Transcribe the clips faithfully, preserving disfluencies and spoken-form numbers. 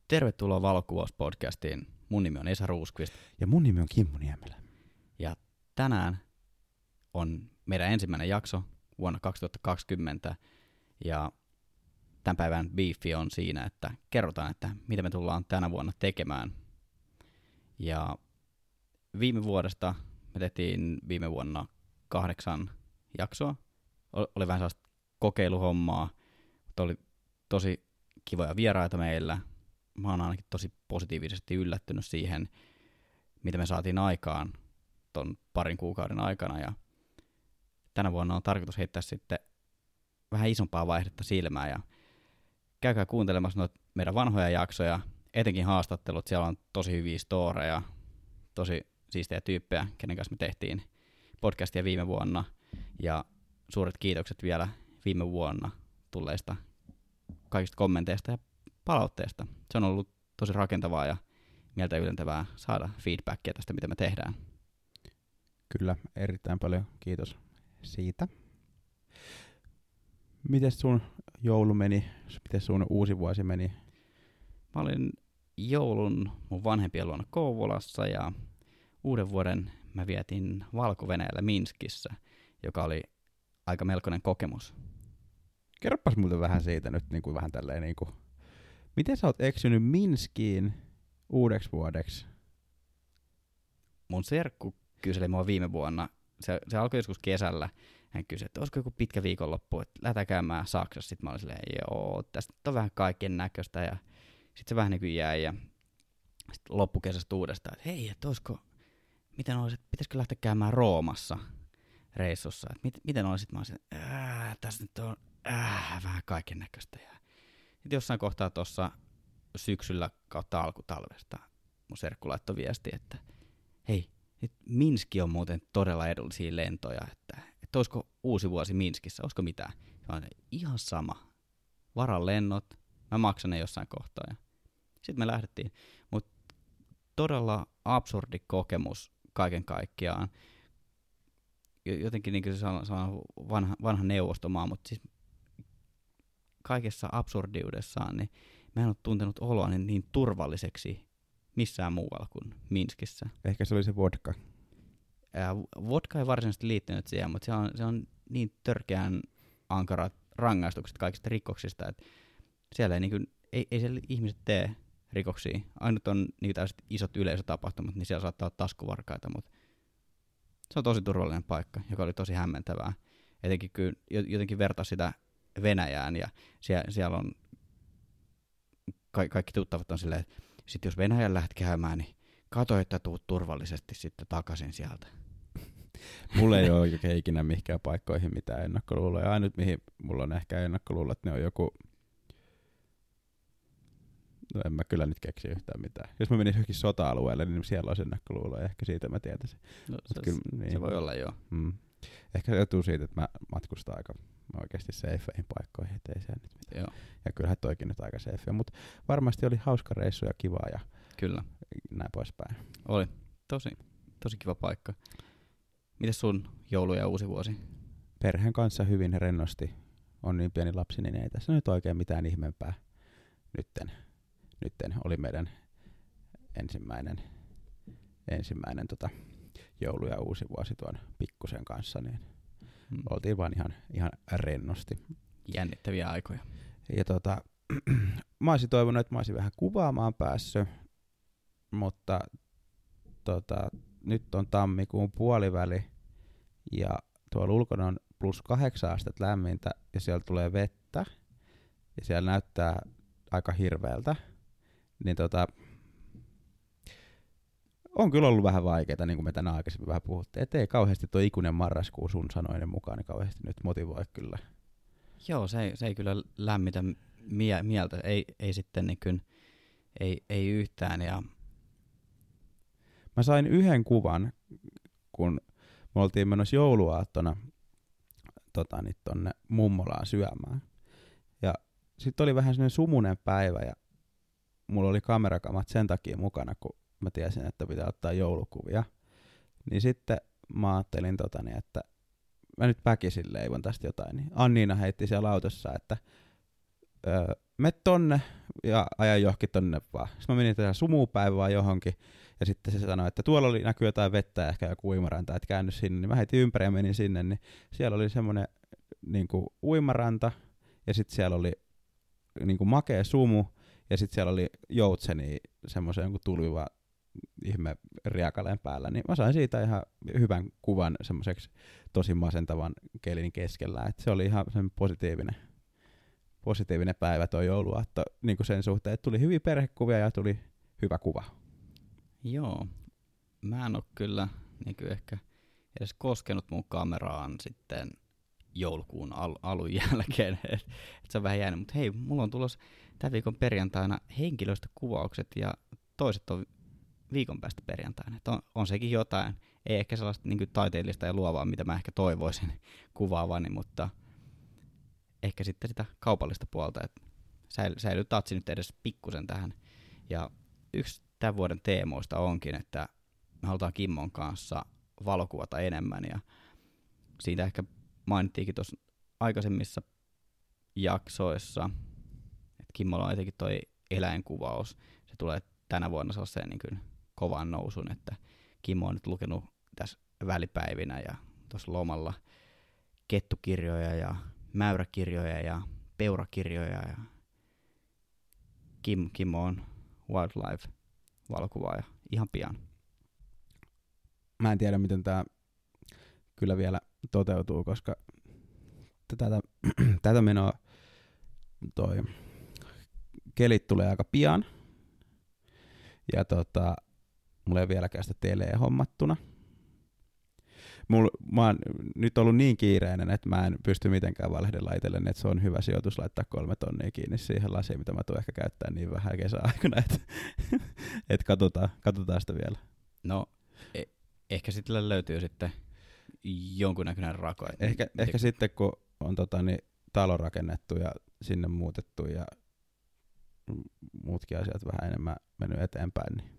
Tervetuloa Valokuvaus-podcastiin. Mun nimi on Esa Ruuskvist. Ja mun nimi on Kimmo Niemelä. Ja tänään on meidän ensimmäinen jakso vuonna kaksituhattakaksikymmentä. Ja tämän päivän beefi on siinä, että kerrotaan, että mitä me tullaan tänä vuonna tekemään. Ja viime vuodesta me tehtiin viime vuonna kahdeksan jaksoa. Oli vähän sellaista kokeiluhommaa, mutta oli tosi kivoja vieraita meillä. Mä oon ainakin tosi positiivisesti yllättynyt siihen, mitä me saatiin aikaan ton parin kuukauden aikana. Ja tänä vuonna on tarkoitus heittää sitten vähän isompaa vaihdetta silmään. Ja käykää kuuntelemassa noita meidän vanhoja jaksoja, etenkin haastattelut. Siellä on tosi hyviä storeja, tosi siistejä tyyppejä, kenen kanssa me tehtiin podcastia viime vuonna. Ja suuret kiitokset vielä viime vuonna tulleista kaikista kommenteista ja palautteesta. Se on ollut tosi rakentavaa ja mieltä ylentävää saada feedbackia tästä, mitä me tehdään. Kyllä, erittäin paljon kiitos siitä. Miten sun joulu meni? Miten sun uusi vuosi meni? Mä olin joulun mun vanhempien luona Kouvolassa ja uuden vuoden mä vietin Valko-Venäjällä Minskissä, joka oli aika melkoinen kokemus. Kerropas mulle vähän siitä nyt niin kuin vähän tälleen niin kuin, miten sä oot eksynyt Minskiin uudeksi vuodeksi? Mun serkku kyseli mua viime vuonna, se, se alkoi joskus kesällä, hän kysyi, että olisiko joku pitkä viikonloppu, että lähdetään käymään Saksassa. Sitten mä olin silleen, joo, tästä on vähän kaiken näköistä ja sitten se vähän niin kuin jäi ja sitten loppukesästä uudestaan, että hei, että olisiko, miten olisi, että pitäisikö lähteä käymään Roomassa reissussa, että mit, miten olisi, sitten mä olisin, että tässä nyt on äh, vähän kaiken näköistä ja sitten jossain kohtaa tuossa syksyllä kautta alkutalvesta mun serkku laittoi viesti, että hei, nyt Minski on muuten todella edullisia lentoja, että, että olisiko uusi vuosi Minskissä, olisiko mitään. Mä olin, ihan sama, varan lennot, mä maksan ne jossain kohtaa ja sitten me lähdettiin. Mutta todella absurdi kokemus kaiken kaikkiaan. Jotenkin niin kuin se on vanha, vanha neuvostomaa, mutta siis kaikessa absurdiudessaan, niin mä en ole tuntenut oloa niin, niin turvalliseksi missään muualla kuin Minskissä. Ehkä se oli se vodka. Ää, vodka ei varsinaisesti liittynyt siihen, mutta se on, se on niin törkeän ankarat rangaistukset kaikista rikoksista, että siellä ei, niin kuin, ei, ei siellä ihmiset tee rikoksia. Ainut on niin tällaiset isot yleisötapahtumat, niin siellä saattaa olla taskuvarkaita, mutta se on tosi turvallinen paikka, joka oli tosi hämmentävää. Etenkin kyllä jotenkin vertaa sitä Venäjään ja siellä, siellä on ka- kaikki tuttavat on silleen, että sit jos Venäjän lähdet käymään, niin kato, että tuut turvallisesti sitten takaisin sieltä. Mulla ei ole oikein ikinä mihinkään paikkoihin mitään ennakkoluuloja. Ainut mihin mulla on ehkä ennakkoluulo, että ne on joku, no en mä kyllä nyt keksi yhtään mitään. Jos mä menisin johonkin sota-alueelle, niin siellä olisi ennakkoluuloja, ehkä siitä mä tietäisin. No, se, kyllä, niin. se voi olla joo. Mm. Ehkä se joutuu siitä, että mä matkustan aika oikeasti safeihin paikkoihin, ettei se nyt mitään. Joo. Ja kyllähän toikin nyt aika safe, mutta varmasti oli hauska reissu ja kivaa ja kyllä. näin poispäin. Oli. Tosi, tosi kiva paikka. Mites sun joulu ja uusi vuosi? Perheen kanssa hyvin rennosti. On niin pieni lapsi, niin ei tässä nyt oikein mitään ihmeempää. Nytten, nytten oli meidän ensimmäinen, ensimmäinen tota, joulu ja uusi vuosi tuon pikkusen kanssa, niin hmm. oltiin vaan ihan, ihan rennosti. Jännittäviä aikoja. Ja tota, mä olisin toivonut, että mä olisin vähän kuvaamaan päässyt, mutta tota, nyt on tammikuun puoliväli ja tuolla ulkona on plus kahdeksan astetta lämmintä ja siellä tulee vettä ja siellä näyttää aika hirveältä, niin tota, on kyllä ollut vähän vaikeaa, niin kuin me tänään aikaisemmin vähän puhuttiin, ettei kauheasti tuo ikuinen marraskuu sun sanoinen mukaan, niin kauheasti nyt motivoi kyllä. Joo, se ei, se ei kyllä lämmitä mie- mieltä, ei, ei sitten niin kuin, ei, ei yhtään. Ja mä sain yhden kuvan, kun me oltiin menossa jouluaattona tota, niin tonne mummolaan syömään. Ja sitten oli vähän sellainen sumunen päivä ja mulla oli kamerakamat sen takia mukana, kun mä tiesin, että pitää ottaa joulukuvia. Niin sitten mä ajattelin, tota, niin, että mä nyt väkisin leivon tästä jotain. Niin Anniina heitti siellä autossa, että öö, me tonne ja aja johonkin tonne vaan. Sitten mä menin tähän sumupäivään vaan johonkin, ja sitten se sanoi, että tuolla oli näkyy jotain vettä ja ehkä joku uimaranta, että käänny sinne, niin mä heitin ympäri ja menin sinne, niin siellä oli semmoinen niinku uimaranta, ja sitten siellä oli niinku makea sumu, ja sitten siellä oli joutseni semmoisen jonkun tulviva ihme riakaleen päällä, niin mä sain siitä ihan hyvän kuvan semmoiseksi tosi masentavan kelin keskellä, että se oli ihan semmoinen positiivinen, positiivinen päivä toi jouluaatto niin kuin sen suhteen, että tuli hyviä perhekuvia ja tuli hyvä kuva. Joo, mä en oo kyllä niin kuin ehkä edes koskenut mun kameraan sitten joulukuun al- alun jälkeen, että et se on vähän jäänyt, mutta hei, mulla on tulossa tämän viikon perjantaina henkilöstökuvaukset ja toiset on viikon päästä perjantaina. On, on sekin jotain, ei ehkä sellaista niin kuin taiteellista ja luovaa, mitä mä ehkä toivoisin kuvaavani, mutta ehkä sitten sitä kaupallista puolta, että säily, säilyy tatsi nyt edes pikkusen tähän. Ja yksi tämän vuoden teemoista onkin, että me halutaan Kimmon kanssa valokuvata enemmän, ja siitä ehkä mainittiinkin tuossa aikaisemmissa jaksoissa, että Kimmolla on etenkin toi eläinkuvaus, se tulee tänä vuonna sellaiseen niin kuin kovan nousun, että Kimmo on nyt lukenut tässä välipäivinä ja tuossa lomalla kettukirjoja ja mäyräkirjoja ja peurakirjoja, ja Kim, Kimmo on wildlife-valokuvaaja ihan pian. Mä en tiedä, miten tää kyllä vielä toteutuu, koska tätä, tätä menoa toi kelit tulee aika pian. Ja tota, mulla ei vieläkään sitä teleä hommattuna. Mulla, mä oon nyt ollut niin kiireinen, että mä en pysty mitenkään valehdella itselleni, että se on hyvä sijoitus laittaa kolme tonnia kiinni siihen lasiin, mitä mä tuun ehkä käyttää niin vähän kesäaikana, että et katsotaan, katsotaan sitä vielä. No, e- ehkä sitten löytyy sitten jonkunnäköinen rako. Ehkä, miten... ehkä sitten, kun on tota, niin, talo rakennettu ja sinne muutettu ja muutkin asiat vähän enemmän mennyt eteenpäin. Niin.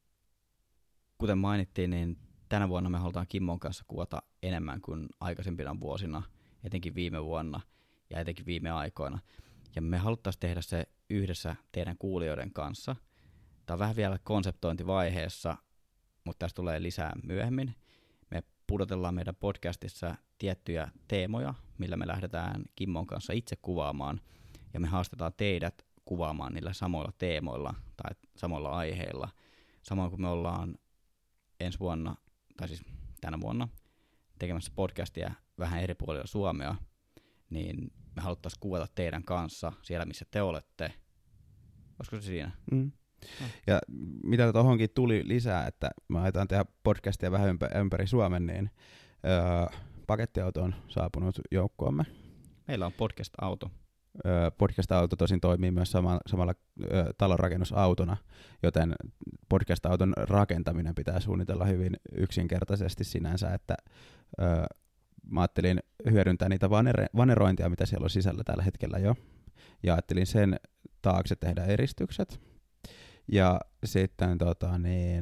Kuten mainittiin, niin tänä vuonna me halutaan Kimmon kanssa kuvata enemmän kuin aikaisempina vuosina, etenkin viime vuonna ja etenkin viime aikoina. Ja me haluttaisiin tehdä se yhdessä teidän kuulijoiden kanssa. Tämä on vähän vielä konseptointivaiheessa, mutta tästä tulee lisää myöhemmin. Me pudotellaan meidän podcastissa tiettyjä teemoja, millä me lähdetään Kimmon kanssa itse kuvaamaan, ja me haastetaan teidät kuvaamaan niillä samoilla teemoilla tai samoilla aiheilla. Samoin kuin me ollaan ensi vuonna, tai siis tänä vuonna, tekemässä podcastia vähän eri puolilla Suomea, niin me haluttaisiin kuvata teidän kanssa siellä, missä te olette. Olisiko se siinä? Mm. No. Ja mitä tuohonkin tuli lisää, että me aletaan tehdä podcastia vähän ympä, ympäri Suomen, niin öö, pakettiauto on saapunut joukkoomme. Meillä on podcast-auto. Öö, podcast-auto tosin toimii myös sama, samalla öö, talonrakennusautona, joten podcast-auton rakentaminen pitää suunnitella hyvin yksinkertaisesti sinänsä, että öö, mä ajattelin hyödyntää niitä vanere- vanerointia, mitä siellä on sisällä tällä hetkellä jo, ja ajattelin sen taakse tehdä eristykset. Ja sitten tota, niin,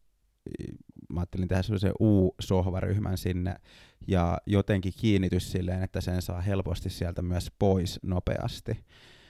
mä ajattelin tehdä sellaisen U-sohvaryhmän sinne ja jotenkin kiinnitys silleen, että sen saa helposti sieltä myös pois nopeasti.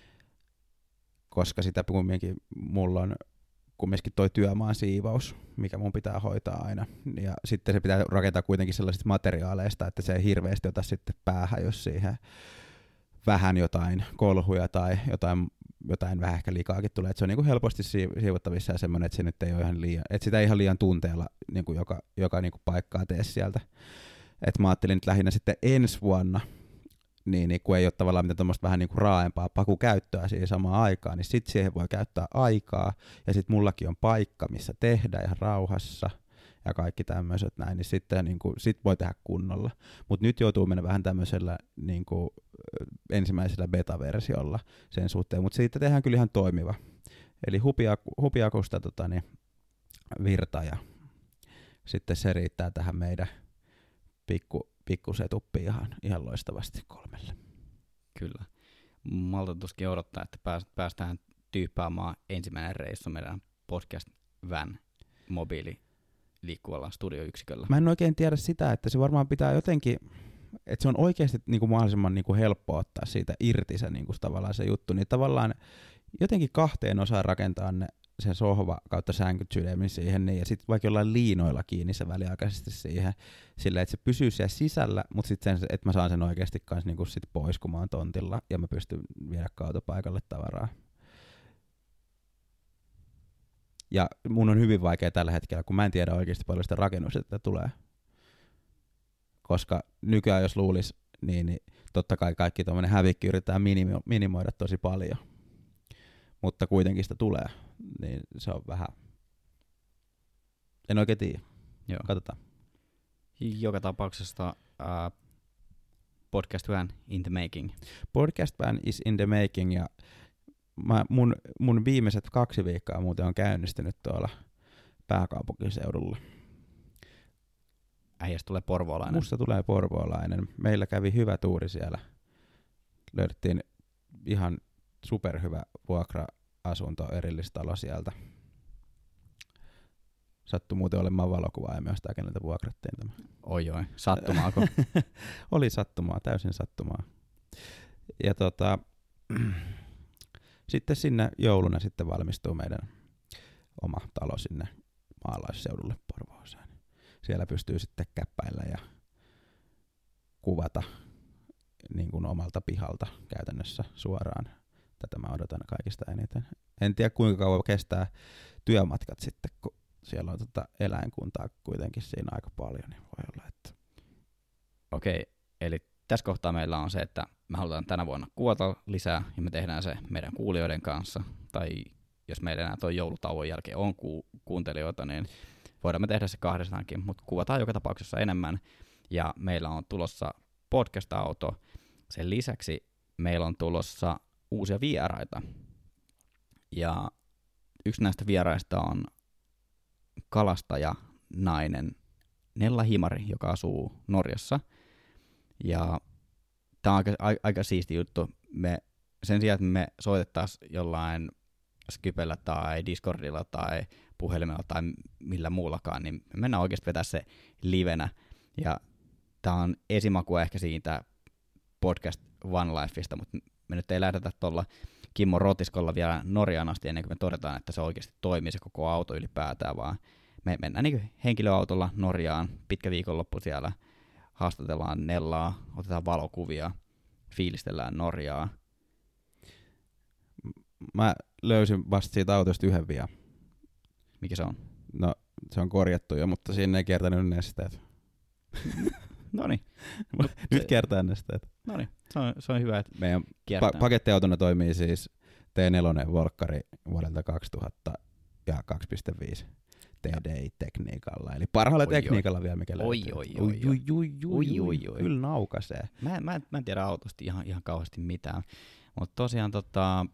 Koska sitä kumminkin mulla on kumminkin toi työmaan siivaus, mikä mun pitää hoitaa aina. Ja sitten se pitää rakentaa kuitenkin sellaisista materiaaleista, että se ei hirveästi ota sitten päähän, jos siihen vähän jotain kolhuja tai jotain jotain vähän ehkä likaakin tulee, että se on niinku helposti siivottavissa ja semmoinen, että se nyt ei ole ihan liian, että sitä ei ihan liian tunteella niinku joka, joka niinku paikkaa tee sieltä. Et mä ajattelin nyt lähinnä sitten ensi vuonna, niin, niin kun ei ole tavallaan mitään tommoista vähän niinku raaempaa pakukäyttöä siihen samaan aikaan, niin sit siihen voi käyttää aikaa, ja sit mullakin on paikka, missä tehdä ihan rauhassa, ja kaikki tämmöiset näin, niin sitten niin kuin, sit voi tehdä kunnolla. Mutta nyt joutuu mennä vähän tämmöisellä niin kuin, ensimmäisellä beta-versiolla sen suhteen, mutta siitä tehdään kyllä ihan toimiva. Eli hupiakusta tota, niin, virta, ja sitten se riittää tähän meidän pikku, pikkusetuppiin ihan, ihan loistavasti kolmelle. Kyllä. Malta tuskin odottaa, että päästään tyyppäämään ensimmäinen reissu meidän podcast-van mobiili liikkuvalla studioyksiköllä. Mä en oikein tiedä sitä, että se varmaan pitää jotenkin, että se on oikeasti niinku mahdollisimman niinku helppo ottaa siitä irti se niinku tavallaan se juttu, niin tavallaan jotenkin kahteen osaan rakentaa ne, sen sohva kautta sänkyt sydämin siihen, niin, ja sitten vaikka jollain liinoilla kiinni se väliaikaisesti siihen, sillä että se pysyy siellä sisällä, mutta sitten että mä saan sen oikeasti kanssa niinku sit pois, kun mä oon tontilla, ja mä pystyn viedä kaatopaikalle tavaraa. Ja mun on hyvin vaikea tällä hetkellä, kun mä en tiedä oikeasti paljon sitä rakennusta tulee. Koska nykyään jos luulisi, niin, niin totta kai kaikki tuommoinen hävikki yritetään minimo- minimoida tosi paljon. Mutta kuitenkin sitä tulee, niin se on vähän, en oikein tiedä. Joo. Katsotaan. Joka tapauksessa uh, podcast van in the making. Podcast van is in the making, ja mä, mun, mun viimeiset kaksi viikkoa muuten on käynnistynyt tuolla pääkaupunkiseudulla. Äijästä tulee porvoolainen. Musta tulee porvoolainen. Meillä kävi hyvä tuuri siellä. Löydettiin ihan superhyvä vuokra-asunto, erillistalo sieltä. Sattui muuten olemaan valokuvaa ja myös tämä, keneltä vuokrattiin tämä. Oi oi, sattumaako? Oli sattumaa, täysin sattumaa. Ja tota, sitten sinne jouluna sitten valmistuu meidän oma talo sinne maalaisseudulle Porvooseen. Siellä pystyy sitten käppäillä ja kuvata niin kuin omalta pihalta käytännössä suoraan. Tätä mä odotan kaikista eniten. En tiedä kuinka kauan kestää työmatkat sitten, kun siellä on tota eläinkuntaa kuitenkin siinä aika paljon, niin voi olla, että... Okei, eli tässä kohtaa meillä on se, että me halutaan tänä vuonna kuvata lisää, ja me tehdään se meidän kuulijoiden kanssa, tai jos meillä enää tuon joulutauon jälkeen on ku- kuuntelijoita, niin voidaan me tehdä se kahdestaankin, mutta kuvataan joka tapauksessa enemmän, ja meillä on tulossa podcast-auto. Sen lisäksi meillä on tulossa uusia vieraita, ja yksi näistä vieraista on kalastaja nainen Nella Himari, joka asuu Norjassa. Ja tämä on aika, a, aika siisti juttu. Me, sen sijaan, että me soitettaisiin jollain Skypellä tai Discordilla tai puhelimella tai millä muullakaan, niin me mennään oikeasti vetää se livenä. Ja tämä on esimakua ehkä siitä podcast One Lifeista, mutta me nyt ei lähdetä tuolla Kimmo Rotiskolla vielä Norjaan asti ennen kuin me todetaan, että se oikeasti toimii se koko auto ylipäätään, vaan me mennään niin henkilöautolla Norjaan, pitkä viikonloppu siellä, haastatellaan Nellaa, otetaan valokuvia, fiilistellään Norjaa. Mä löysin vasta siitä autosta yhden vielä. Mikä se on? No, se on korjattu jo, mutta siinä ei kiertänyt nesteet. Noniin. Nyt kiertää nesteet. Noniin, se on, se on hyvä, että meidän kiertää. pa- pakettiautona toimii siis T neljä Volkkari vuodelta kaksituhatta ja kaksi pilkku viisi T D I-tekniikalla. Eli parhaalla oi, tekniikalla oi. Vielä mikä löytyy. Oi, oi, oi, oi, oi, oi, oi, oi. Kyllä naukasee. Mä, mä, mä en tiedä autosta ihan, ihan kauheasti mitään. Mutta tosiaan tota,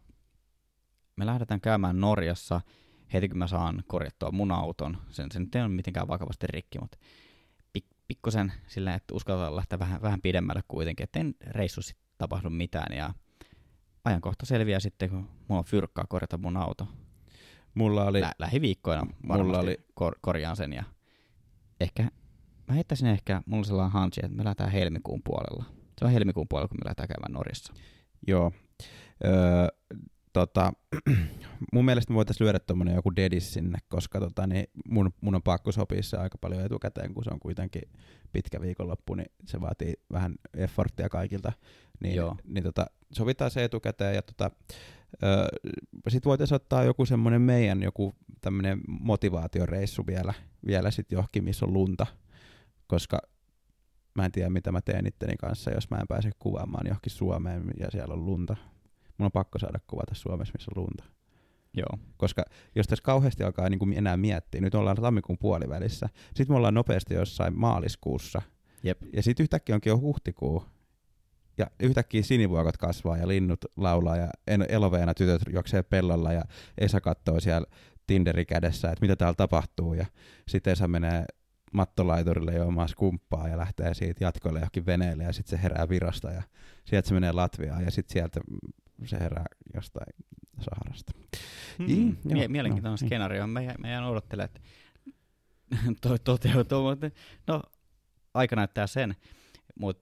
me lähdetään käymään Norjassa heti kun mä saan korjattua mun auton. Sen, sen ei ole mitenkään vakavasti rikki, mutta pik, pikkusen silleen, että uskaltaa lähteä vähän, vähän pidemmälle kuitenkin, ettei reissussa tapahdu mitään. Ja ajankohta selviää sitten, kun mulla on fyrkkaa korjata mun auto. Mulla oli... Lä- lähiviikkoina varmasti mulla oli, kor- korjaan sen ja ehkä, mä heittäisin ehkä, mulla on sellainen hansi, että me lähdetään helmikuun puolella. Se on helmikuun puolella, kun me lähdetään käymään Norjassa. Joo. Öö, tota, mun mielestä me voitaisiin lyödä tommonen joku dedis sinne, koska tota, niin mun, mun on pakko sopia se aika paljon etukäteen, kun se on kuitenkin pitkä viikonloppu, niin se vaatii vähän efforttia kaikilta. Niin, Joo. niin tota, sovitaan se etukäteen ja tota, öö, sit voitaisiin ottaa joku semmonen meidän joku tämmönen motivaatioreissu vielä, vielä sit johonkin, missä on lunta, koska mä en tiedä mitä mä teen itteni kanssa, jos mä en pääse kuvaamaan johonkin Suomeen ja siellä on lunta. Mun on pakko saada kuvata Suomessa, missä on lunta. Joo. Koska jos tässä kauheasti alkaa niin kuin enää miettiä, nyt ollaan tammikuun puolivälissä, sit me ollaan nopeasti jossain maaliskuussa, Jep. ja sit yhtäkkiä onkin jo huhtikuu, ja yhtäkkiä sinivuokot kasvaa ja linnut laulaa ja eloveena tytöt juoksee pellolla ja Esa kattoo siellä Tinderi kädessä, että mitä täällä tapahtuu, ja sitten Esa menee mattolaiturille juomaan skumppaa ja lähtee siitä jatkoille johonkin veneelle ja sitten se herää Virosta ja sieltä se menee Latviaan ja sitten sieltä se herää jostain Saharasta. Hmm. Mm, Mie- mielenkiintoinen no, skenaario. Mä, mä jään odottelemaan, että toi toteutuu, mutta no aika näyttää sen. Mutta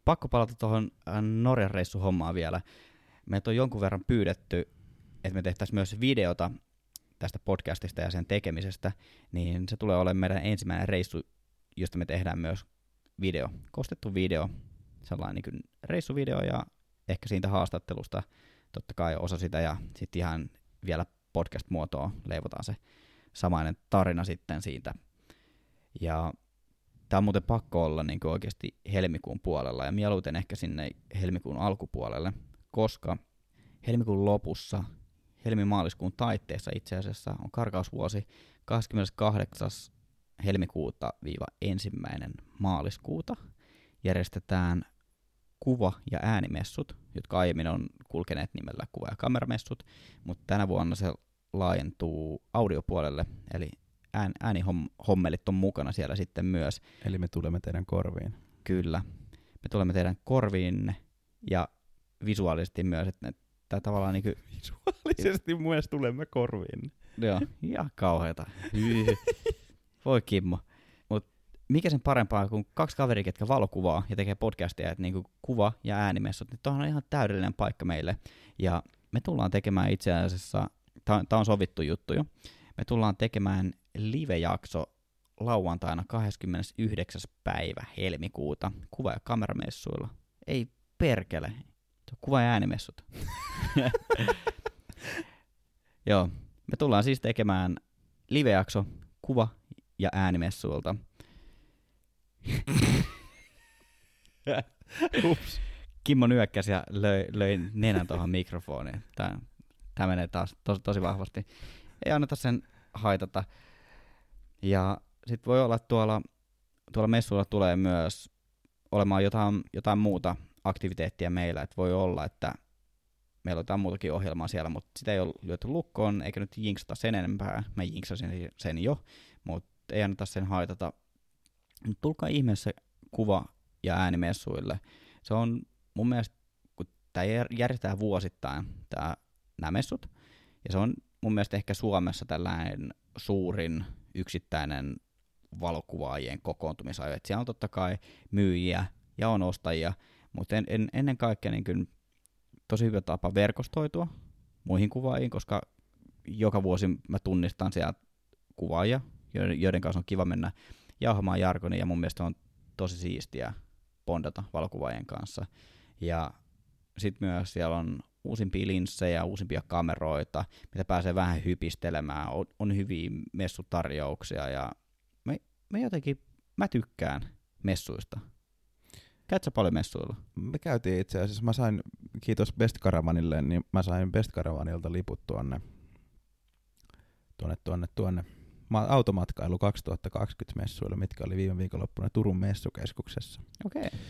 pakko palata tuohon Norjan reissuhommaan vielä. Meiltä on jonkun verran pyydetty, että me tehtäisiin myös videota tästä podcastista ja sen tekemisestä, niin se tulee olemaan meidän ensimmäinen reissu, josta me tehdään myös video, kostettu video, sellainen niin kuin reissuvideo ja ehkä siitä haastattelusta totta kai osa sitä ja sitten ihan vielä podcast-muotoa leivotaan se samainen tarina sitten siitä. Ja tää on muuten pakko olla niin kuin oikeasti helmikuun puolella ja mieluiten ehkä sinne helmikuun alkupuolelle, koska helmikuun lopussa, helmimaaliskuun taitteessa itse asiassa on karkausvuosi kahdeskymmeneskahdeksas helmikuuta viiva ensimmäinen maaliskuuta järjestetään kuva- ja äänimessut, jotka aiemmin on kulkeneet nimellä kuva- ja kameramessut, mutta tänä vuonna se laajentuu audiopuolelle, eli ään, äänihommelit on mukana siellä sitten myös. Eli me tulemme teidän korviin. Kyllä. Me tulemme teidän korviin ja visuaalisesti myös, että tämä tavallaan niinku... Visuaalisesti myös tulemme korviin. Joo, ihan kauheata. Voi Kimmo. Mut mikä sen parempaa kuin kaksi kaveria, ketkä valokuvaa ja tekee podcastia, että niinku kuva- ja äänimessut, niin tuohon on ihan täydellinen paikka meille. Ja me tullaan tekemään itse asiassa, tämä on sovittu juttu jo, me tullaan tekemään live-jakso lauantaina kahdeskymmenesyhdeksäs päivä helmikuuta kuva- ja kameramessuilla. Ei perkele, kuva- ja äänimessut. Joo, me tullaan siis tekemään live-jakso kuva- ja äänimessuilta. Ups. Kimmo nyökkäsi ja löi, löi nenän tuohon mikrofoniin. Tää, tää menee taas tosi, tosi vahvasti. Ei anneta sen haitata. Ja sit voi olla, että tuolla, tuolla messuilla tulee myös olemaan jotain, jotain muuta aktiviteettia meillä. Et voi olla, että meillä on jotain muutakin ohjelmaa siellä, mutta sitä ei ole lyöty lukkoon, eikä nyt jinksata sen enempää. Mä jinksasin sen jo, mutta ei anneta sen haitata. Tulkaa ihmeessä kuva- ja äänimessuille. Se on mun mielestä, kun tämä järjestetään vuosittain, tää, nämä messut, ja se on mun mielestä ehkä Suomessa tällainen suurin yksittäinen valokuvaajien kokoontumisajo. Et siellä on totta kai myyjiä ja on ostajia, mutta en, en, ennen kaikkea niin kyllä tosi hyvä tapa verkostoitua muihin kuvaajiin, koska joka vuosi mä tunnistan siellä kuvaajia, joiden kanssa on kiva mennä jauhamaan jargonia, ja mun mielestä on tosi siistiä bondata valokuvaajien kanssa. Ja sitten myös siellä on uusimpia linssejä, uusimpia kameroita, mitä pääsee vähän hypistelemään, on, on hyviä messutarjouksia, ja me, me jotenkin, mä tykkään messuista. Käyt sä paljon messuilla? Me käytiin itse asiassa, mä sain, kiitos Best Caravanille, niin mä sain Best Caravanilta liput tuonne, tuonne, tuonne, tuonne automatkailu kaksituhattakaksikymmentä messuille, mitkä oli viime viikonloppuna Turun messukeskuksessa. Okei. Okay.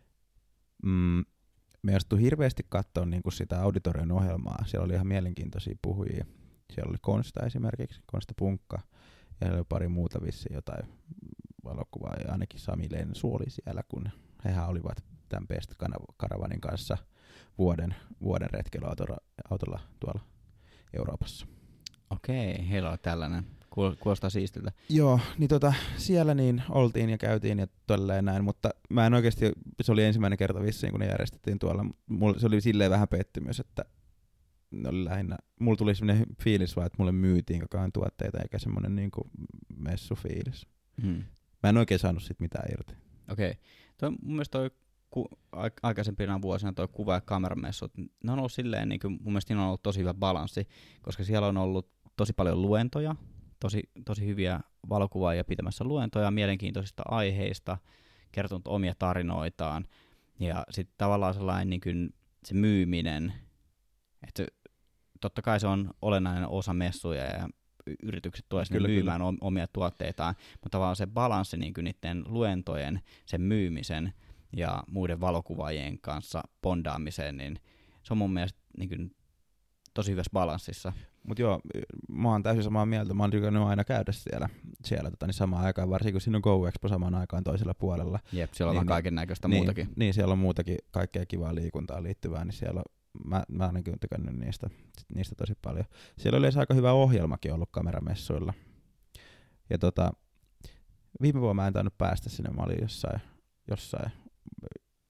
Mm, me ei ostui hirveästi katsoa niin kuin sitä auditorion ohjelmaa. Siellä oli ihan mielenkiintoisia puhujia. Siellä oli Konsta esimerkiksi, Konsta Punkka, ja siellä oli pari muuta vissiin jotain valokuvaa, ja ainakin Sami Lensu oli siellä, kun hehän olivat tämän Best Caravanin kanssa vuoden, vuoden retkeilyautolla autolla tuolla Euroopassa. Okei, heillä on tällainen. Kuulostaa siistiltä. Joo, niin tota, siellä niin oltiin ja käytiin ja tolleen näin, mutta mä en oikeesti, se oli ensimmäinen kerta vissiin, kun ne järjestettiin tuolla. Mulla, se oli silleen vähän pettymys, että ne oli lähinnä, mulla tuli semmoinen fiilis vaan, että mulle myytiin koko ajan tuotteita eikä semmoinen niinku messufiilis. Hmm. Mä en oikein saanut sit mitään irti. Okei. Okay. Toi, mun mielestä toi ku, aikaisempina vuosina toi kuva- ja kameramessut, ne on ollut silleen, niin kuin, mun mielestä siinä on ollut tosi hyvä balanssi, koska siellä on ollut tosi paljon luentoja, tosi, tosi hyviä valokuvaajia pitämässä luentoja mielenkiintoisista aiheista, kertonut omia tarinoitaan, ja sitten tavallaan sellainen niin kuin se myyminen, että se, totta kai se on olennainen osa messuja, ja yritykset tulee sinne myymään kyllä. omia tuotteitaan, mutta tavallaan se balanssi niin kuin niiden luentojen, sen myymisen ja muiden valokuvaajien kanssa bondaamiseen, niin se on mun mielestä niin kuin tosi hyvässä balanssissa. Mut joo, mä oon täysin samaa mieltä. Mä oon tykännyt aina käydä siellä, siellä tota, niin samaan aikaan, varsinkin kun siinä on Go Expo samaan aikaan toisella puolella. Jep, siellä on niin, kaiken näköistä niin, muutakin. Niin, siellä on muutakin kaikkea kivaa liikuntaa liittyvää, niin siellä on, mä, mä ainakin oon tykännyt niistä, niistä tosi paljon. Siellä oli aika hyvä ohjelmakin ollut kameramessuilla. Ja tota, viime vuonna mä en tainnut päästä sinne, mä olin jossain, jossain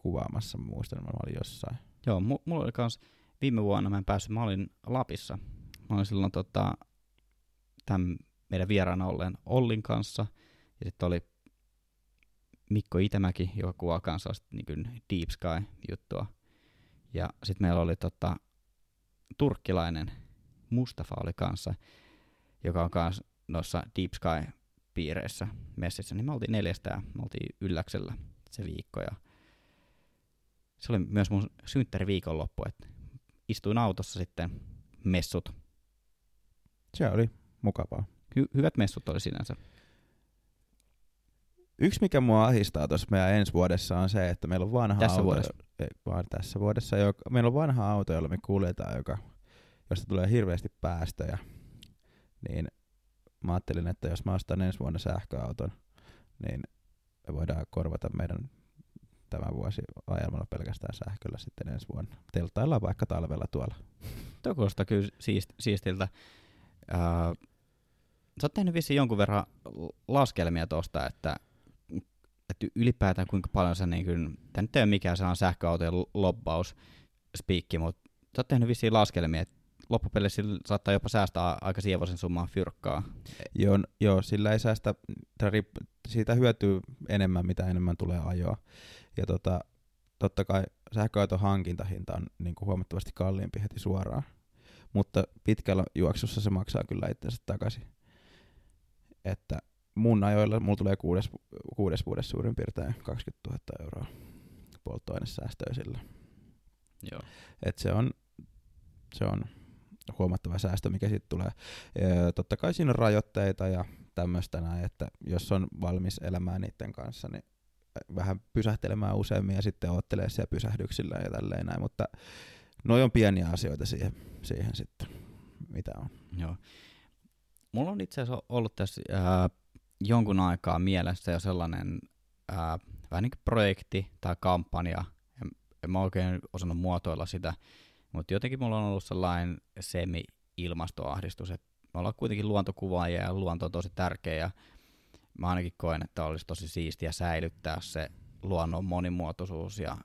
kuvaamassa, mä muistan, että mä olin jossain. Joo, m- mulla oli kans viime vuonna, mä en päässyt, mä olin Lapissa. Mä olin silloin tota, tämän meidän vieraana olleen Ollin kanssa, ja sitten oli Mikko Itämäki, joka kuvaa kanssa niin kuin Deep Sky-juttua. Ja sitten meillä oli tota, turkkilainen Mustafa oli kanssa, joka on kanssa noissa Deep Sky-piireissä messissä. Niin me oltiin neljästä ja me oltiin Ylläksellä se viikko. Ja se oli myös mun synttäriviikonloppu, että istuin autossa sitten messut. Se oli mukavaa. Hy- hyvät messut oli sinänsä. Yksi, mikä mua ahdistaa tuossa meidän ensi vuodessa on se, että meillä on vanha tässä auto. Vuodessa. Ei, vaan tässä vuodessa. Joka, meillä on vanha auto, jolla me kuljetaan, joka, josta tulee hirveästi päästöjä. Niin mä ajattelin, että jos mä ostan ensi vuonna sähköauton, niin me voidaan korvata meidän tämä vuosi ajelmalla pelkästään sähköllä sitten ensi vuonna. Teltaillaan vaikka talvella tuolla. Tuo kuulostaa kyllä siist, siistiltä. Öö, sä oot tehnyt vissiin jonkun verran laskelmia tuosta, että, että ylipäätään kuinka paljon sä niin kuin, tämä nyt ei ole mikään sellainen sähköautojen lobbaus spiikki, mutta sä oot tehnyt vissiin laskelmia, että loppupeleissä saattaa jopa säästää aika sievoisen summan fyrkkaa. Joo, joo, sillä ei säästä, siitä hyötyy enemmän, mitä enemmän tulee ajoa. Ja tota, totta kai sähköauton hankintahinta on niin kuin huomattavasti kalliimpi heti suoraan, mutta pitkällä juoksussa se maksaa kyllä itsensä takaisin. Että mun ajoilla mulla tulee kuudes, kuudes vuodessa suurin piirtein kaksikymmentätuhatta euroa polttoainesäästöä sillä. Joo. Et se on, se on huomattava säästö, mikä sitten tulee. Ja totta kai siinä on rajoitteita ja tämmöistä näin, että jos on valmis elämään niiden kanssa, niin vähän pysähtelemään useammin ja sitten oottelee siellä pysähdyksillä ja tälleen näin, mutta noi on pieniä asioita siihen, siihen sitten, mitä on. Joo. Mulla on itse asiassa ollut tässä ää, jonkun aikaa mielessä jo sellainen ää, vähän niin kuin projekti tai kampanja. En, en mä oikein osannut muotoilla sitä, mutta jotenkin mulla on ollut sellainen semi-ilmastoahdistus, että me ollaan kuitenkin luontokuvaajia ja luonto on tosi tärkeä ja mä ainakin koen, että olisi tosi siistiä säilyttää se luonnon monimuotoisuus ja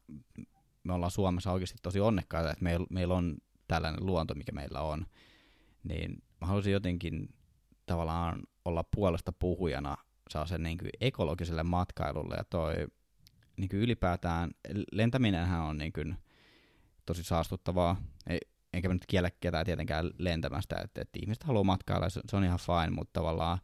me ollaan Suomessa oikeasti tosi onnekkaita, että meillä, meillä on tällainen luonto, mikä meillä on, niin mä haluaisin jotenkin tavallaan olla puolesta puhujana sellaisen niin kuin ekologiselle matkailulle ja toi niin kuin ylipäätään lentäminenhän on niin kuin tosi saastuttavaa, ei, enkä mä nyt kiellä ketään tietenkään lentämästä, että, että ihmiset haluaa matkailla, se, se on ihan fine, mutta tavallaan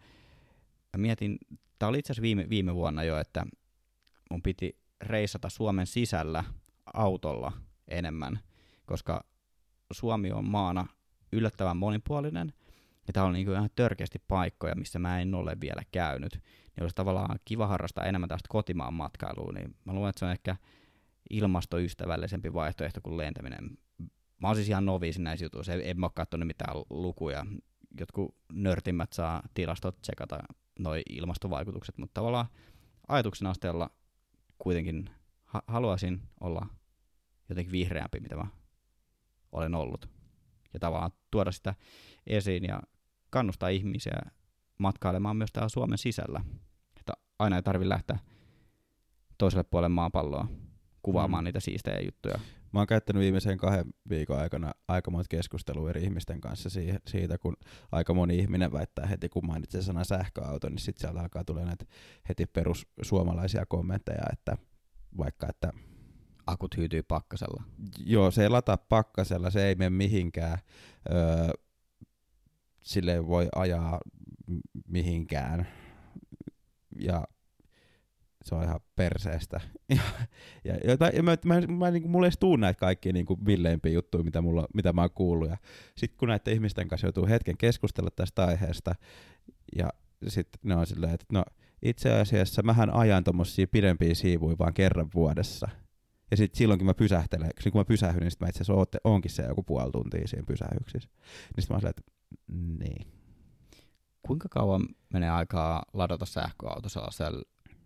mä mietin, tää oli itse asiassa viime, viime vuonna jo, että mun piti reissata Suomen sisällä autolla enemmän, koska Suomi on maana yllättävän monipuolinen, ja täällä on niin kuin ihan törkeästi paikkoja, missä mä en ole vielä käynyt. Niin olisi tavallaan kiva harrastaa enemmän tästä kotimaan matkailua, niin mä luulen, että se on ehkä ilmastoystävällisempi vaihtoehto kuin lentäminen. Mä oon siis ihan noviisi näissä jutuissa, en mä ole katsonut mitään lukuja. Jotkut nörtimmät saa tilastot tsekata noi ilmastovaikutukset, mutta tavallaan ajatuksen asteella kuitenkin ha- haluaisin olla jotenkin vihreämpi, mitä mä olen ollut. Ja tavallaan tuoda sitä esiin ja kannustaa ihmisiä matkailemaan myös täällä Suomen sisällä. Että aina ei tarvitse lähteä toiselle puolelle maapalloa kuvaamaan mm. niitä siistejä juttuja. Mä oon käyttänyt viimeisen kahden viikon aikana aika monta keskustelua eri ihmisten kanssa siitä, kun aika moni ihminen väittää heti, kun mainitsee sana sähköauto, niin sitten sieltä alkaa tulla näitä heti perus suomalaisia kommentteja, että vaikka, että akut hyytyy pakkasella. Joo, se ei lataa pakkasella, se ei mene mihinkään, öö, sille ei voi ajaa mihinkään, ja se on ihan perseestä. ja, ja, ja, ja mä, mä, mä, niin kuin, mulla ei edes tuu näitä kaikkia niin kuin villeimpiä juttuja, mitä, mulla, mitä mä oon kuullut. Ja sit kun näiden ihmisten kanssa joutuu hetken keskustella tästä aiheesta, ja sitten ne on silleen, että no itse asiassa mähän ajan tommosia pidempiä siivuja vaan kerran vuodessa. Ja sitten silloinkin mä pysähtelen, kun mä pysähdyn, niin sit mä itse asiassa oonkin se joku puoli tuntia siinä pysähyksissä. Niin sit mä oon silleen, että niin. Kuinka kauan menee aikaa ladata sähköauto sellaisella?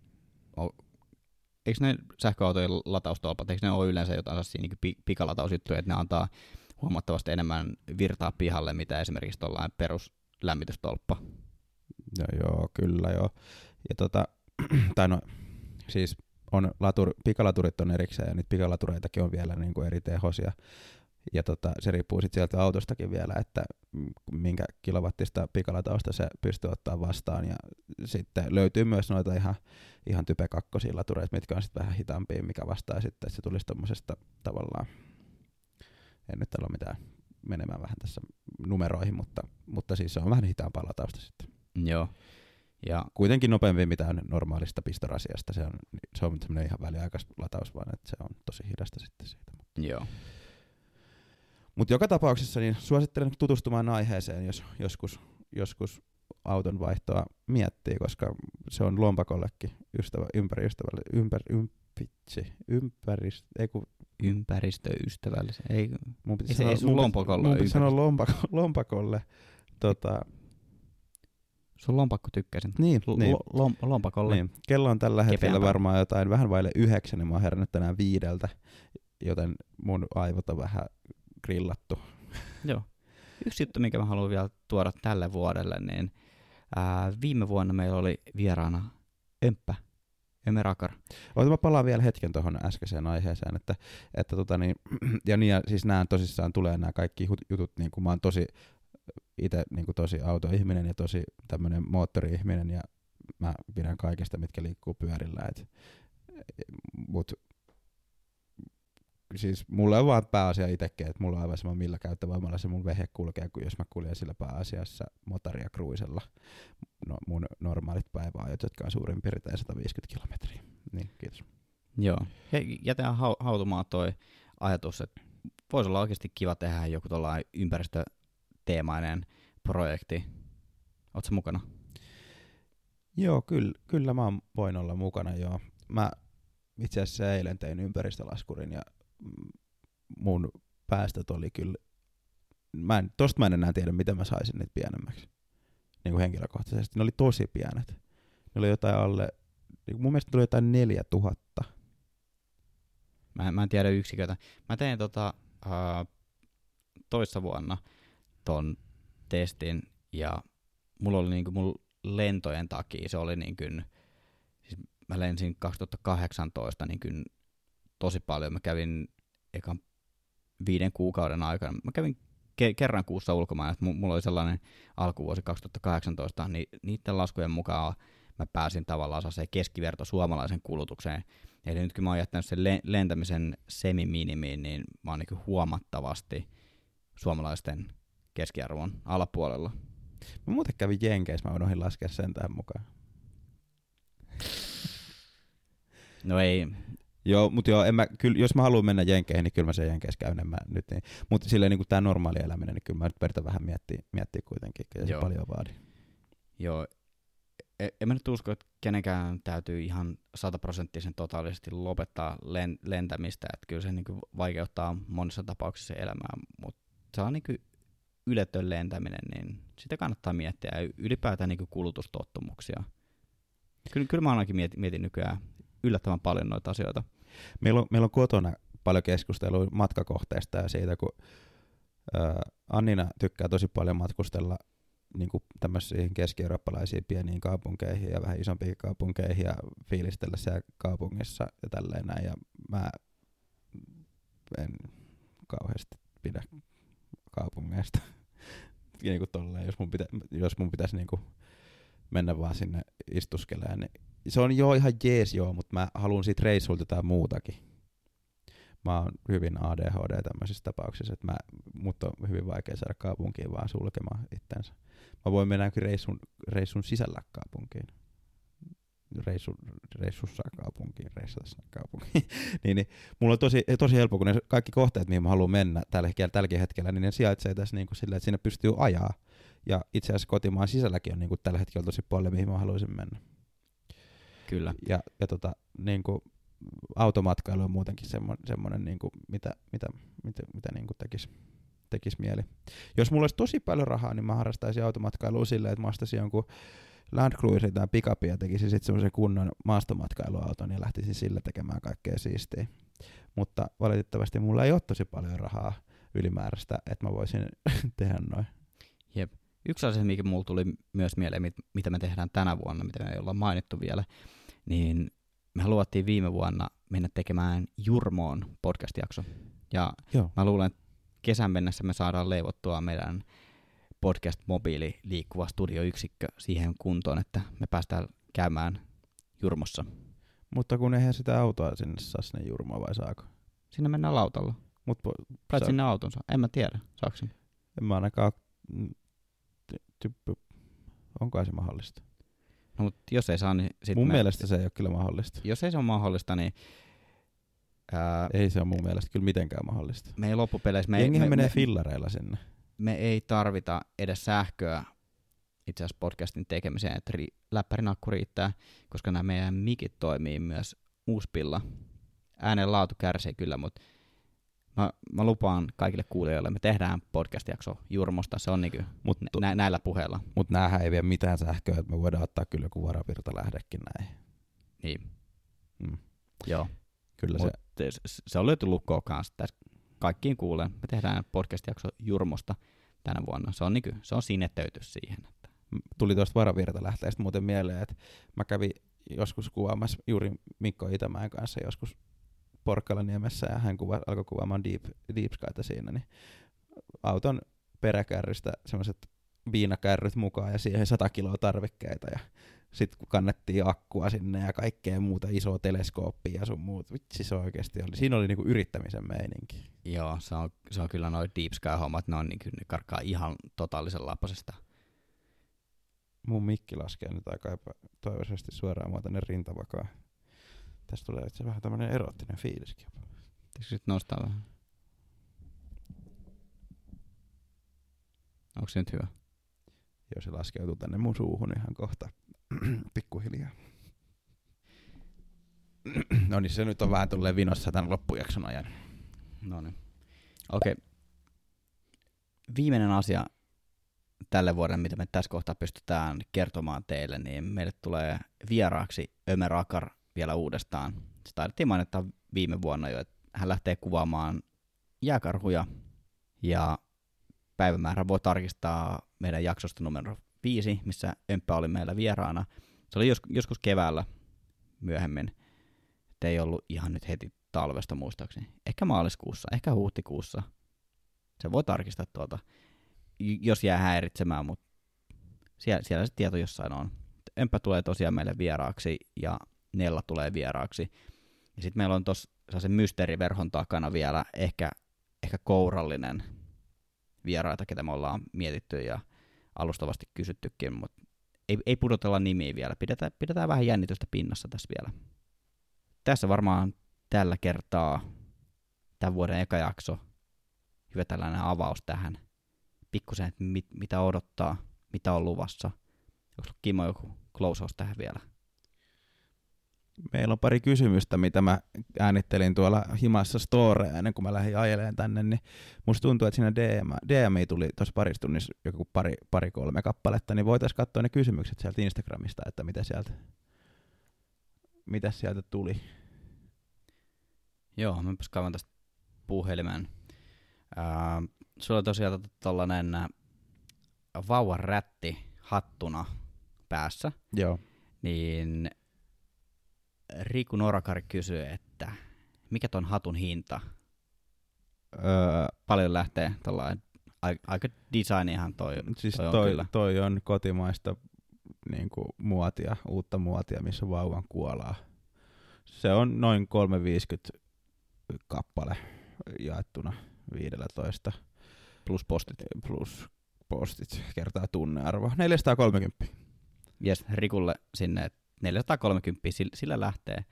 Eikö ne sähköautojen lataustolpat, eikö ne ole yleensä jotain sellaisia niin pikalatausjuttuja, että ne antaa huomattavasti enemmän virtaa pihalle, mitä esimerkiksi tuollainen peruslämmitystolppa? No joo, kyllä joo. Ja tota, tai no, siis on latur, pikalaturit on erikseen ja niitä pikalatureitakin on vielä niin kuin eri tehosia. Ja tota, se riippuu sitten sieltä autostakin vielä, että minkä kilowattista pikalatausta se pystyy ottaa vastaan. Ja sitten löytyy myös noita ihan, ihan type kakkosia latureita, mitkä on sitten vähän hitaampia, mikä vastaa sitten, että se tulisi tommosesta tavallaan, en nyt täällä ole mitään menemään vähän tässä numeroihin, mutta, mutta siis se on vähän hitaampaa latausta sitten. Joo. Ja kuitenkin nopeampi mitään normaalista pistorasiasta. Se on, se on semmoinen ihan väliaikas lataus, vaan että se on tosi hidasta sitten siitä. Joo. Mutta joka tapauksessa niin suosittelen tutustumaan aiheeseen, jos joskus, joskus auton vaihtoa miettii, koska se on lompakollekin ystävä, ympäristöystävällinen, ympär, ympitsi, ympärist, ei kun, ympäristöystävällinen, ei, mun ei sanoa, se ei sun lompakolle. Mun piti sanoa lompako, lompakolle, tota, sun lompakko tykkäsin. Niin, L- niin. Lom, lompakolle. Niin. Kello on tällä hetkellä Kepeämpää. varmaan jotain vähän vaille yhdeksän, niin mä oon herännyt tänään viideltä, joten mun aivot on vähän grillattu. Joo. Yksi juttu, minkä mä haluan vielä tuoda tälle vuodelle, niin ää, viime vuonna meillä oli vieraana Ömppä, Ömer Akar. Oota, mä palaan vielä hetken tuohon äskeiseen aiheeseen, että, että tota niin, ja niin, ja siis nää tosissaan tulee nämä kaikki jutut, niin kuin mä oon tosi itse niin kuin tosi autoihminen ja tosi tämmönen moottori-ihminen, ja mä pidän kaikesta, mitkä liikkuu pyörillä, et, mut siis mulla on vaan pääasia itsekin, että mulla on aivan sama millä käyttövoimalla se mun vehje kulkee, kuin jos mä kuljen sillä pääasiassa motaria kruisella. No, mun normaalit päiväajot, jotka on suurin piirtein sata viisikymmentä kilometriä. Niin, kiitos. Joo. Ja jätän hautumaan toi ajatus, että voisi olla oikeasti kiva tehdä joku tuollainen ympäristöteemainen projekti. Ootko sä mukana? Joo, kyllä, kyllä mä voin olla mukana, joo. Mä itse asiassa eilen tein ympäristölaskurin ja mun päästöt oli kyllä, mä en, tosta mä en enää tiedä, mitä mä saisin niitä pienemmäksi, niin kuin henkilökohtaisesti. Ne oli tosi pienet. Ne oli jotain alle, niin mun mielestä tuli jotain neljätuhatta. Mä, mä en tiedä yksiköitä. Mä tein tota, uh, toissa vuonna ton testin, ja mulla oli niinku mun lentojen takia, se oli niinku, siis mä lensin kaksituhattakahdeksantoista niinku tosi paljon. Mä kävin ekan viiden kuukauden aikana. Mä kävin ke- kerran kuussa ulkomailla. M- mulla oli sellainen alkuvuosi kaksituhattakahdeksantoista, niin niiden laskujen mukaan mä pääsin tavallaan sellaiseen keskiverto suomalaisen kulutukseen. Eli nyt kun mä oon jättänyt sen le- lentämisen semi-minimiin, niin mä oon niin huomattavasti suomalaisten keskiarvon alapuolella. Mä muuten kävin Jenkeissä, mä unohdin laskea sen tähän mukaan. No ei. Joo, mutta joo, en mä, kyllä, jos mä haluan mennä Jenkeihin, niin kyllä mä sen Jenkeissä käyn en mä nyt. Niin. Mutta silleen niin kuin tää normaali eläminen, niin kyllä mä nyt peritän vähän miettiä, miettiä kuitenkin, ei se paljon vaadi. Joo, e- en mä nyt usko, että kenenkään täytyy ihan sataprosenttisen totaalisesti lopettaa len- lentämistä, että kyllä se niinku vaikeuttaa monissa tapauksissa elämää, mutta se on niinku yletön lentäminen, niin sitä kannattaa miettiä, ja ylipäätään niinku kulutustottumuksia. Kyllä, kyllä mä ainakin mietin, mietin nykyään yllättävän paljon noita asioita. Meillä on, meillä on kotona paljon keskustelua matkakohteista ja siitä, kun ää, Annina tykkää tosi paljon matkustella niin kuin tämmöisiin keski-eurooppalaisiin pieniin kaupunkeihin ja vähän isompiin kaupunkeihin ja fiilistellä siellä kaupungissa ja tälleen näin. Ja mä en kauheasti pidä kaupungeista. niin kuin tolleen, jos mun, pitä, jos mun pitäisi niin kuin mennä vaan sinne istuskeleen, niin se on joo ihan jees joo, mutta mä haluan siitä reissulta jotain muutakin. Mä oon hyvin A D H D tämmöisissä tapauksissa, että mä, mut on hyvin vaikea saada kaupunkiin vaan sulkemaan itsensä. Mä voin mennä reissun, reissun sisällä kaupunkiin. Reissu, reissussa kaupunkiin, reissassa kaupunkiin. niin, niin, mulla on tosi, tosi helppo, kun ne kaikki kohteet, mihin mä haluan mennä tällä, tälläkin hetkellä, niin ne sijaitsee tässä niin kuin silleen, että siinä pystyy ajaa. Ja itse asiassa kotimaan sisälläkin on niin kuin tällä hetkellä tosi paljon, mihin mä haluaisin mennä. Kyllä. Ja, ja tota, niin kuin automatkailu on muutenkin semmoinen, semmoinen niin kuin, mitä, mitä, mitä, mitä niin kuin tekisi, tekisi mieli. Jos mulla olisi tosi paljon rahaa, niin mä harrastaisin automatkailua silleen, että mä ostaisin jonkun Land Cruiserin tai pick-upin ja tekisin sitten semmoisen kunnon maastomatkailuauton ja lähtisin sillä tekemään kaikkea siistiä. Mutta valitettavasti mulla ei ole tosi paljon rahaa ylimääräistä, että mä voisin tehdä noin. Jep. Yksi asia, mikä mulla tuli myös mieleen, mit, mitä me tehdään tänä vuonna, mitä me ei olla mainittu vielä, niin me luvattiin viime vuonna mennä tekemään Jurmoon podcast-jakso. Ja Joo. mä luulen, että kesän mennessä me saadaan leivottua meidän podcast-mobiili liikkuva studioyksikkö siihen kuntoon, että me päästään käymään Jurmossa. Mutta kun eihän sitä autoa sinne saa sinne Jurmoon, vai saako? Sinne mennään lautalla. Mut po, Päät sa- sinne autonsa. En mä tiedä, saako sinne. En mä ainakaan... Onko se mahdollista? No, mutta jos ei saa, niin sit Mun me, mielestä se ei ole kyllä mahdollista. Jos ei se ole mahdollista, niin ää, Ei se ole mun mielestä kyllä mitenkään mahdollista. me ei loppupeleissä... Me, ei- Jengihän me, menee me, fillareilla sinne. me ei tarvita edes sähköä itse asiassa podcastin tekemiseen, että ri, läppärin akku riittää, koska nämä meidän mikit toimii myös U S Billa. Äänen laatu kärsii kyllä, mutta mä, mä lupaan kaikille kuulijoille, me tehdään podcast-jakso Jurmosta, se on niinku Mut, nä, näillä puheilla. mut näähän ei vie mitään sähköä, että me voidaan ottaa kyllä joku varavirtalähdekin näin. Niin, Mm. joo. Kyllä Mut se... se, se on löyty lukkoon kanssa. Tässä kaikkiin kuulee. Me tehdään podcast-jakso Jurmosta tänä vuonna. Se on, niinku, se on sinetöity siihen. Että. Tuli tuosta varavirtalähteestä muuten mieleen, että mä kävin joskus kuvaamassa juuri Mikko Itämäen kanssa joskus Porkkalaniemessä ja hän kuva, alkoi kuvaamaan Deep, Deep Skyta siinä, niin auton peräkärrystä semmoiset viinakärryt mukaan ja siihen sata kiloa tarvikkeita ja sitten kun kannettiin akkua sinne ja kaikkea muuta, isoa teleskooppia ja sun muut, vitsi se oikeasti oli. Siinä oli niinku yrittämisen meininki. Joo, se on, se on kyllä noin Deep Sky-hommat, ne, on, niin kyllä, ne karkaa ihan totaalisen lapasesta. Mun mikki laskee nyt aika epätoivoisesti suoraan mua tänne rintavakaan. Tästä tulee itse vähän tämmönen erottinen fiiliskin. Pitäisikö sit nostaa vähän? Onko se nyt hyvä? Jos se laskeutuu tänne mun suuhun ihan kohta pikkuhiljaa. No niin, se nyt on vähän tulleen vinossa tämän loppujakson ajan. No niin. Okei. Okay. Viimeinen asia tälle vuodelle, mitä me tässä kohtaa pystytään kertomaan teille, niin meille tulee vieraaksi Ömer Akar vielä uudestaan. Se taidettiin mainita viime vuonna jo, että hän lähtee kuvaamaan jääkarhuja ja päivämäärä voi tarkistaa meidän jaksosta numero viisi, missä Ömppä oli meillä vieraana. Se oli jos, joskus keväällä myöhemmin, että ei ollut ihan nyt heti talvesta muistaakseni. Ehkä maaliskuussa, ehkä huhtikuussa. Se voi tarkistaa tuolta, jos jää häiritsemään, mutta siellä, siellä se tieto jossain on. Ömppä tulee tosiaan meille vieraaksi ja Nella tulee vieraaksi. Ja sitten meillä on tuossa sen mysteeriverhon takana vielä ehkä, ehkä kourallinen vieraita, ketä me ollaan mietitty ja alustavasti kysyttykin, mutta ei, ei pudotella nimiä vielä. Pidetään, pidetään vähän jännitystä pinnassa tässä vielä. Tässä varmaan tällä kertaa tämän vuoden eka jakso. Hyvä tällainen avaus tähän. Pikkusen, että mit, mitä odottaa, mitä on luvassa. Onko Kimmo joku closeaus tähän vielä? Meillä on pari kysymystä, mitä mä äänittelin tuolla himassa storeen ennen kuin mä lähdin ajeleen tänne, niin musta tuntuu, että siinä D M, D M tuli tuossa parissa tunnissa joku pari, pari kolme kappaletta, niin voitaisiin katsoa ne kysymykset sieltä Instagramista, että mitä sieltä, mitä sieltä tuli. Joo, mä kaivan tästä puhelimen. Äh, sulla on tosiaan tollanen vauvan rätti hattuna päässä, Joo. niin Riku Norakari kysyy, että mikä ton hatun hinta? Öö, Paljon lähtee tollain, aika designihan toi, siis toi on toi, kyllä. toi on kotimaista niinku, muotia, uutta muotia, missä on vauvan kuolaa. Se on noin kolme viisikymmentä kappale jaettuna viisitoista. Plus postit. Plus postit kertaa tunnearvo. neljäsataakolmekymmentä. Jes, Rikulle sinne neljäsataakolmekymmentä, sillä, sillä lähtee.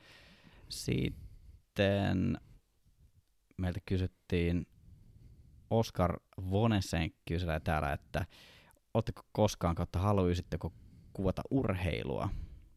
Sitten meiltä kysyttiin, Oskar Vonesen kyselee täällä, että ootteko koskaan kautta haluaisitteko kuvata urheilua?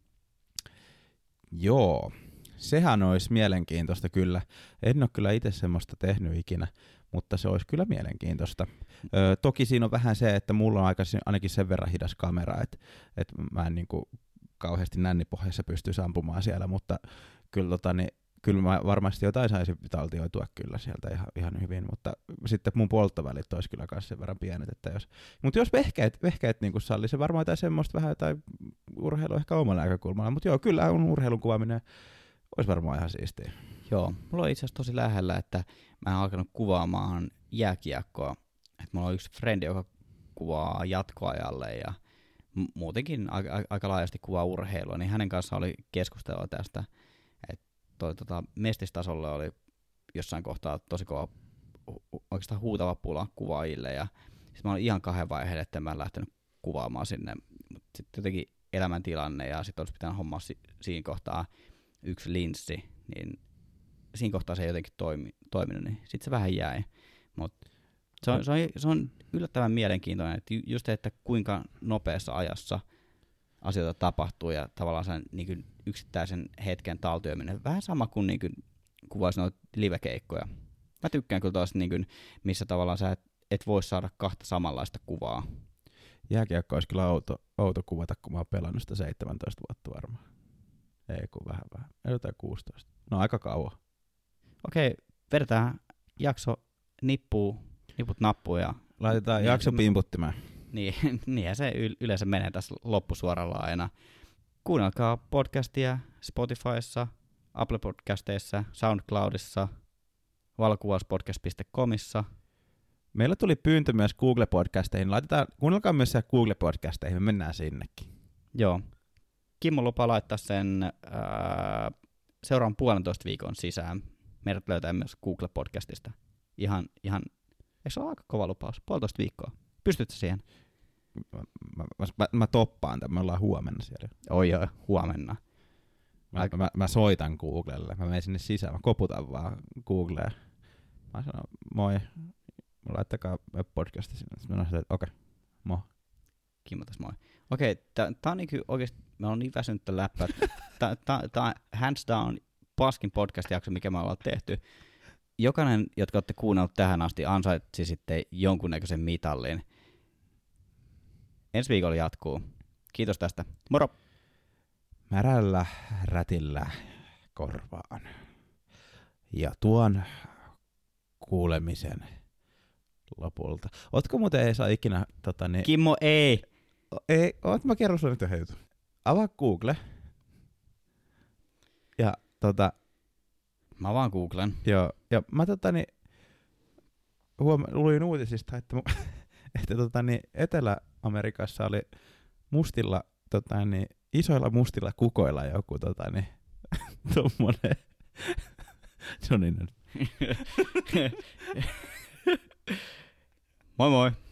Joo, sehän olisi mielenkiintoista kyllä. En ole kyllä itse semmoista tehnyt ikinä, mutta se olisi kyllä mielenkiintoista. Öö, toki siinä on vähän se, että mulla on aika, ainakin sen verran hidas kamera, että, että mä en niinku kauheasti nännipohjassa pystyisi ampumaan siellä, mutta kyllä, tota, niin, kyllä mä varmasti jotain saisin taltioitua kyllä sieltä ihan, ihan hyvin, mutta sitten mun polttovälit olisi kyllä myös sen verran pienet. Että jos, mutta jos vehkeet, vehkeet niin salli, se varmaan jotain semmoista vähän jotain urheilua ehkä omalla näkökulmalla, mutta joo, kyllä on urheilun kuvaaminen Ois varmaan ihan siistiä. Joo, mulla on itse asiassa tosi lähellä, että mä oon alkanut kuvaamaan jääkiekkoa. Että mulla on yksi frendi, joka kuvaa jatkoajalle ja muutenkin aika, aika laajasti kuvaa urheilua, niin hänen kanssaan oli keskustelua tästä, että toi tota, mestistasolle oli jossain kohtaa tosi kova, oikeastaan huutava pula kuvaajille, ja sit mä olin ihan kahden vaiheen, että mä en lähtenyt kuvaamaan sinne, mutta sitten jotenkin elämäntilanne, ja sitten olisi pitänyt hommaa si- siinä kohtaa yksi linssi, niin siinä kohtaa se ei jotenkin toimi, toiminut, niin sitten se vähän jäi, mutta Se on, se, on, se on yllättävän mielenkiintoinen, että just että kuinka nopeassa ajassa asioita tapahtuu ja tavallaan sen niin kuin yksittäisen hetken taltioiminen. Vähän sama kuin, niin kuin kuvaisi noita livekeikkoja. Mä tykkään kyllä taas, niin kuin, missä tavallaan sä et, et voi saada kahta samanlaista kuvaa. Jääkiekko olisi kyllä outo, outo kuvata, kun mä oon pelannut sitä seitsemäntoista vuotta varmaan. Ei kun vähän vähän. Ei jotain kuusitoista. No aika kauan. Okei, vedetään jakso nippuu. Niput nappuun ja... Laitetaan jakso pimputtimään. Niin, niinhän se yleensä menee tässä loppusuoralla aina. Kuunnelkaa podcastia Spotifyssa, Apple Podcasteissa, SoundCloudissa, valokuvauspodcast piste comissa. Meillä tuli pyyntö myös Google-podcasteihin. Laitetaan, kuunnelkaa myös siellä Google-podcasteihin, me mennään sinnekin. Joo. Kimmo lupaa laittaa sen ää, seuraavan puolentoista viikon sisään. Meidät löytää myös Google-podcastista. Ihan... ihan Eikö se ole aika kova lupaus? Puolitoista viikkoa. Pystytkö siihen? Mä, mä, mä, mä toppaan tämän, me ollaan huomenna siellä. Oi joo, huomenna. Mä, mä, mä soitan Googlelle, mä menen sinne sisään, mä koputan vaan Googleen. Mä sanon, moi, laittakaa web-podcasti sinne. Sitten mä sanon, että okei, okay, moi. Kimmo tässä moi. Okei, okay, tää, tää on niinku oikeesti, mä oon niin väsynyt tämän läppä. Tää, tää, tää on hands down paskin podcast-jakso, mikä me ollaan tehty. Jokainen, jotka olette kuunnellut tähän asti, ansaitsi sitten jonkunnäköisen mitallin. Ensi viikolla jatkuu. Kiitos tästä. Moro! Märällä rätillä korvaan. Ja tuon kuulemisen lopulta. Ootko muuten ei saa ikinä... Tota, niin... Kimmo, ei! Ei, oot mä kerron sulle nyt yhden jutun. Avaa Google. Ja tota... Mä vaan googlen. Joo, ja mä tota niin, huom- luin uutisista, että, mu- että tota niin, Etelä-Amerikassa oli mustilla, tota niin, isoilla mustilla kukoilla joku tota niin, tommonen, no niin. Moi moi!